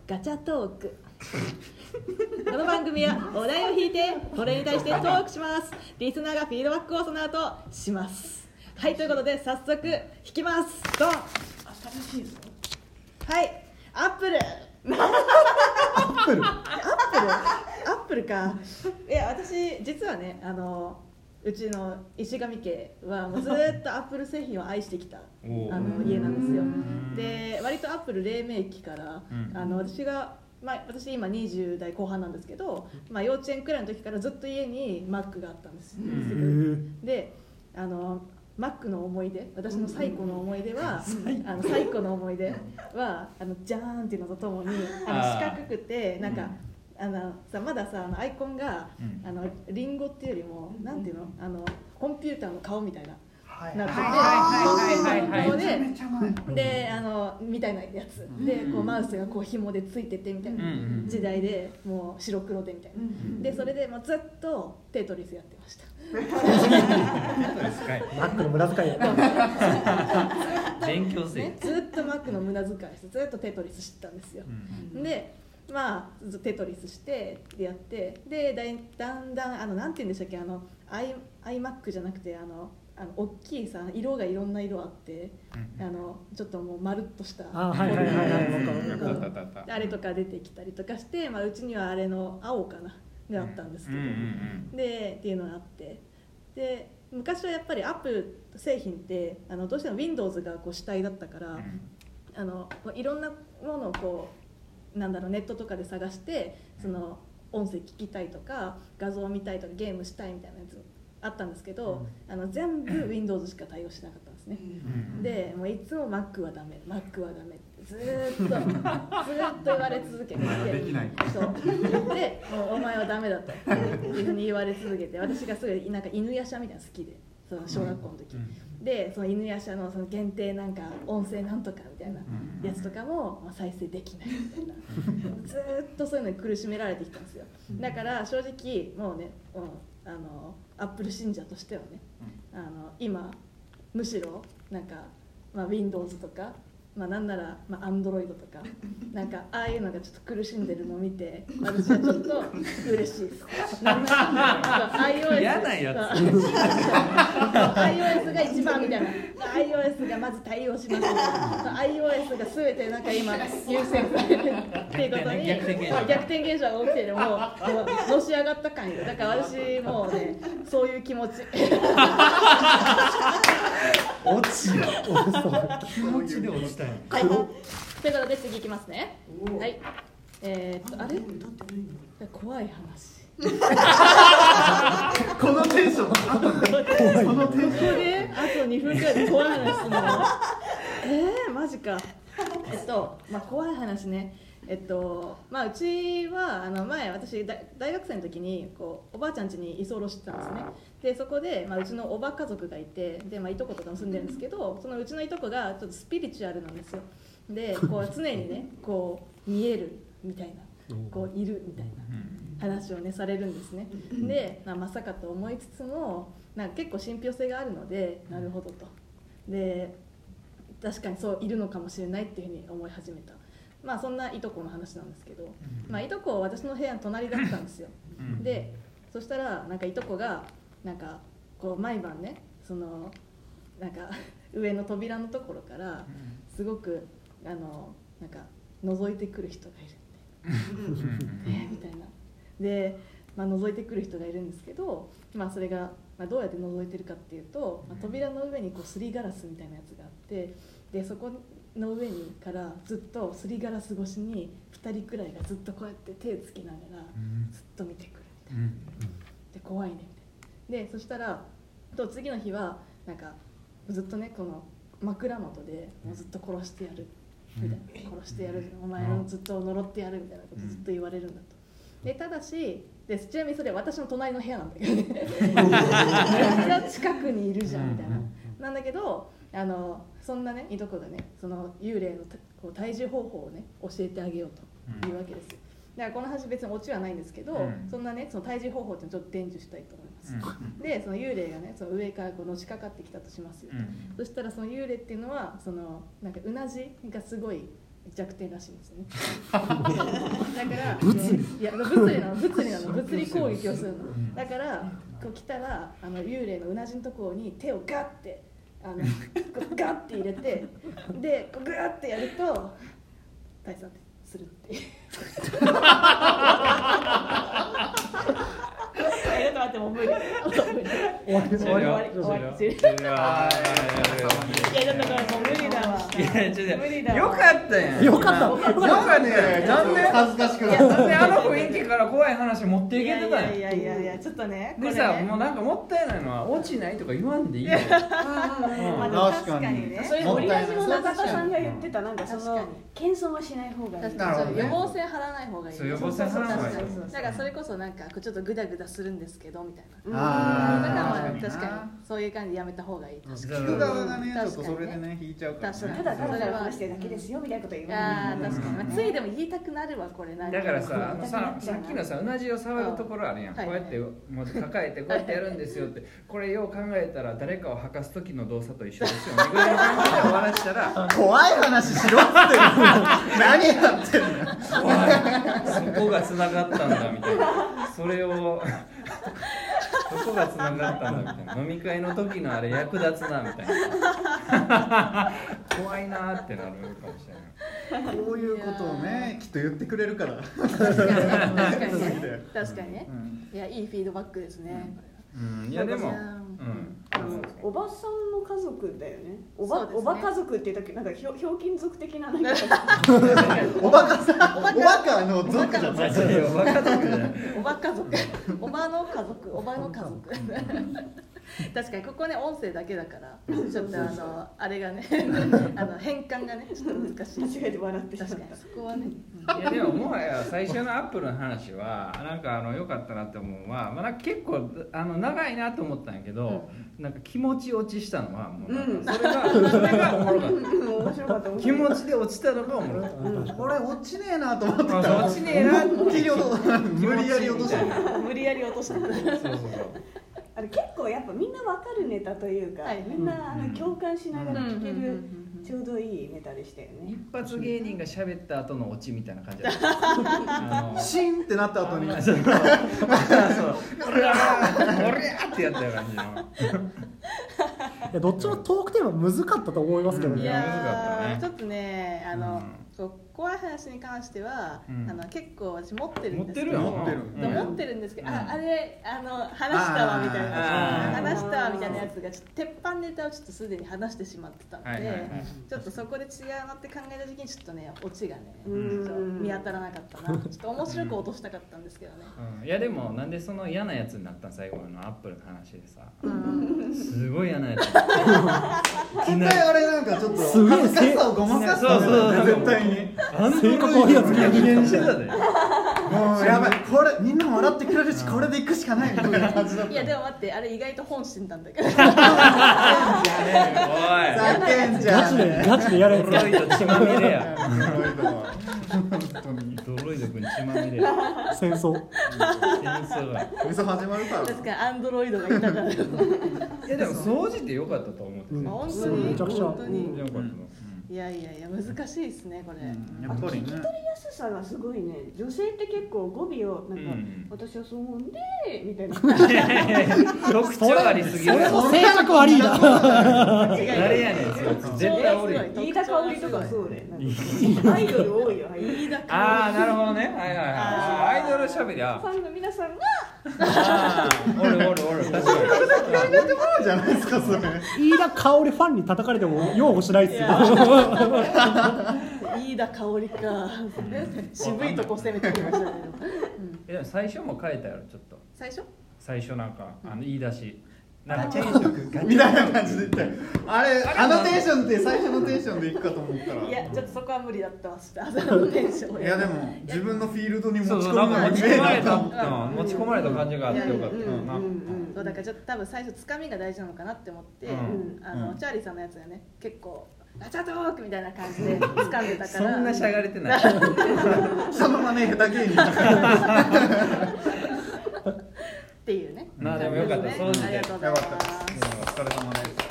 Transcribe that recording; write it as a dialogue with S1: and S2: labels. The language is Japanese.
S1: ガチャトークこの番組はお題を引いてそれに対してトークします。リスナーがフィードバックをその後します。はい、ということで早速引きます。ドン。新しいぞ。はい、アップルアップルか。いや、私実はね、うちの石上家はもうずっとアップル製品を愛してきた家なんですよ。で、割とアップル黎明期から、私今20代後半なんですけど、幼稚園くらいの時からずっと家に Mac があったんですよ。で、Mac の思い出、私の最古の思い出は最古の思い出はジャーンっていうのとともに四角くてなんかまださアイコンがリンゴっていうよりもなんていうのコンピューターの顔みたいななってて、コンピューターの顔でみたいなやつでこうマウスがこう紐でついててみたいな時代でもう白黒でみたいなでそれでもうずっとテトリスやってました。
S2: マックの無駄遣いや
S3: 勉強せ
S1: ね、ずっとマックの無駄遣いしてずっとテトリスしてたんですよ。でテトリスしてでやってでだんだんなんて言うんでしたっけiMac じゃなくて大きいさ色がいろんな色あってちょっともうまるっとしたあれとか出てきたりとかして、うちにはあれの青かながあったんですけど、でっていうのがあってで昔はやっぱりアップル製品ってどうしても Windows がこう主体だったから、いろんなものをこうネットとかで探してその音声聞きたいとか画像を見たいとかゲームしたいみたいなやつあったんですけど、全部 Windows しか対応しなかったんですね。でもういつも Mac はダメ Mac はダメってずっと言われ続けてそうでもうお前はダメだというふうに言われ続けて私がすぐなんか犬夜叉みたいなの好きでその小学校の時、でその犬夜叉のその限定なんか音声なんとかみたいなやつとかも再生できないみたいなずっとそういうのに苦しめられてきたんですよ。だから正直もうねアップル信者としてはね今むしろなんか、Windows とか、なんなら、Android とかなんかああいうのがちょっと苦しんでるのを見て私はちょっと嬉しいです。iOS
S3: 嫌なやつ
S1: iOS が一番みたいな iOS がまず対応しますみたいな iOS が全てなんか今優先されるっていうことに逆転現象が起きてるもうのし上がった感よ。だから私もうねそういう気持ち
S3: 落ちよ気持ちで落ちたい。
S1: はい、ということで次いきますね。はい、あれ怖い話
S4: このテンションこのテンション
S1: であと2分くらいで怖い話するのマジか。怖い話ね。うちは前私大学生の時にこうおばあちゃん家に居候してたんですね。でそこで、うちのおば家族がいてで、いとことかも住んでるんですけどそのうちのいとこがちょっとスピリチュアルなんですよ。でこう常にねこう見えるみたいなこういるみたいな話をねされるんですね。で、まさかと思いつつもなんか結構信憑性があるのでなるほどとで確かにそういるのかもしれないっていうふうに思い始めた。そんないとこの話なんですけど、いとこは私の部屋の隣だったんですよ。でそしたらなんかいとこがなんかこう毎晩ねそのなんか上の扉のところからすごくなんか覗いてくる人がいるみたいなで、覗いてくる人がいるんですけど、それが、どうやって覗いてるかっていうと、扉の上にこうすりガラスみたいなやつがあってでそこの上にからずっとすりガラス越しに2人くらいがずっとこうやって手つきながらずっと見てくるみたいなで怖いねみたいなでそしたら次の日はなんかずっとねこの枕元でもうずっと殺してやるみたいな殺してやるお前をずっと呪ってやるみたいなことずっと言われるんだと。でただしちなみにそれ私の隣の部屋なんだけどねめっちゃ近くにいるじゃんみたいななんだけどそんなねいとこがねその幽霊のこう退治方法をね教えてあげようというわけですよ。だからこの話別にオチはないんですけど、そんなねその退治方法ってちょっと伝授したいと思います。でその幽霊がねその上からこうのしかかってきたとしますよ。そしたらその幽霊っていうのはそのなんかうなじがすごい弱点らしいんですよねだから物理攻撃をするのだからこう来たら幽霊のうなじのところに手をガッてガッて入れてでこうグーってやると退散するっていうちょっと待ってもう無理終わりいやだからもう無理だわ無理だわ
S2: よかったやん
S3: よかった
S2: ねなんで
S4: 恥ずかしくなる
S2: なんであの雰囲気から怖い話持っていけてたんや
S1: いやちょっとね
S2: でさもうなんかもったいないのは落ちないとか言わんでいいよ
S1: 確かにね
S5: それオリラジの中田さんが言ってたなんかその謙遜はしない方がいい
S1: 予防線張らない方がいい
S2: そう予防線張らない方がいい
S1: だからそれこそなんかちょっとグダグダするんですけどみたいなだからまあ確かにそういう感じでやめた方がいい
S4: 聞く側がねちょっとそれでね引いちゃうから
S5: ただただ話してるだけですよみたいなこと言う
S1: 確かについでも言いたくなるわこれ
S2: だからさっきのさうなじを触るところあるやんこうやってもう抱えてこうやってやるんですよってこれよう考えたら誰かを吐かす時の動作と一緒ですよねぐらいの感じで終わらしたら
S4: 怖い話しろって何やってんの
S2: そこが繋がったんだみたいなそれをそこが繋がったんだみたいな飲み会の時のあれ役立つなみたいな怖いなってなるかもしれない
S4: こういうことをねきっと言ってくれるから
S1: 確かにねいやいいフィードバックですね
S2: いやでも
S5: おばさんの家族だよねおば家族って言ったっけなんかひょうきん族的ななんか
S4: おばかさんおばかの族じゃない
S2: おば家族じゃない
S1: おば家族おばの家族確かにここね音声だけだからちょっとあれがね変換がねちょっと難しい
S5: 間違えて笑ってしまった
S1: 確かにそこはね
S2: いやでももはや最初のアップルの話はなんか良かったなって思うのは、まあ、なんか結構長いなと思ったんやけど、なんか気持ち落ちしたのはもうなんかそれがおもろかった
S5: 面白かった
S2: 気持ちで落ちたのがおもろかった
S4: これ落ちねえなと思ってたら
S2: 落ちねえなって
S4: 無理やり落とした
S1: 無理やり落とした
S2: そう
S5: あれ結構やっぱみんなわかるネタというか、みんな共感しながら聞けるちょうどいいネタでしたよね。
S2: 一発芸人が喋った後のオチみたいな感じだった
S4: シーンってなった後に
S2: そうおりゃーってやったよ感じの
S3: いやどっちもトークテーマ難かったと思いますけどね。
S1: いや
S2: 難かったね
S1: ちょっとね怖い話に関しては、結構私持ってるんですけど持ってるんですけど、あれ話したわみたいな話したわみたいなやつがちょっと鉄板ネタをちょっとすでに話してしまってたので、ちょっとそこで違うなって考えた時にちょっとねオチがね見当たらなかったな。ちょっと面白く落としたかったんですけどね。
S2: いやでもなんでその嫌なやつになったん最後のアップルの話でさ、すごい嫌なやつ。
S4: 今回あれなんかちょっと
S3: すごい
S4: 恥ずかしさをごまかすため絶対に
S3: 性格悪いやつ
S2: 激減してたで。
S4: もうやばいこれみんなも笑ってくれるしこれでいくしかないみたいな感じだった
S1: いやでも待ってあれ意外と本心なんだけど。
S2: おい。
S4: ざけんじゃん
S3: ガチでやる
S2: ドロイド血まみれや。
S4: 本当に
S2: ドロイド君血まみれや。
S3: 戦争。
S2: 戦争だ。
S4: 嘘始まるから
S1: 確かにアンドロイドがいたから。
S2: いやでも掃除って良かったと思ってた。
S1: 本当に
S3: めちゃくちゃ
S1: 本当に
S2: 良かったの。
S1: いや難しいですねこれ。
S4: やっぱりね
S5: 聞き取りやすさがすごいね。女性って結構語尾をなんか、私はそう思うんでみたいな。
S2: 特徴ありすぎる。
S3: 性格悪いな。
S2: 誰やねん。絶対おるよ。
S5: 飯田香織とかそうで。アイドル多いよ。
S1: 飯田香織。
S2: ああなるほどね。はいはいはい。アイドルしゃべりゃ。
S5: ファンの皆さんが。
S2: おる確かに。
S4: じゃないですかそれ
S3: 飯田香織ファンに叩かれても擁護しないっすよ。
S1: 飯田香織か。渋いとこ攻めてきましたね。
S2: でも最初も変えたやろちょっと。最初なんか言い出し。なんかテンション
S4: みたいな感じで言ってあれあのテンションって最初のテンションでいくかと思ったら
S1: いやちょっとそこは無理だったわあのテンション。
S4: いやでも自分のフィールドに持ち
S2: そう
S4: 込むのが
S2: 持ち込まれた持ち込まれた感じがあってよかったな。
S1: そうだからちょっと多分最初つかみが大事なのかなって思ってチャーリーさんのやつがね結構ガチャトークみたいな感じで掴んでたから。
S2: そんなしゃがれてない。
S4: そのままね下手芸人
S1: っていうね。
S2: まあでもよかった。そう
S1: ありがとうございます。
S4: お疲れ様です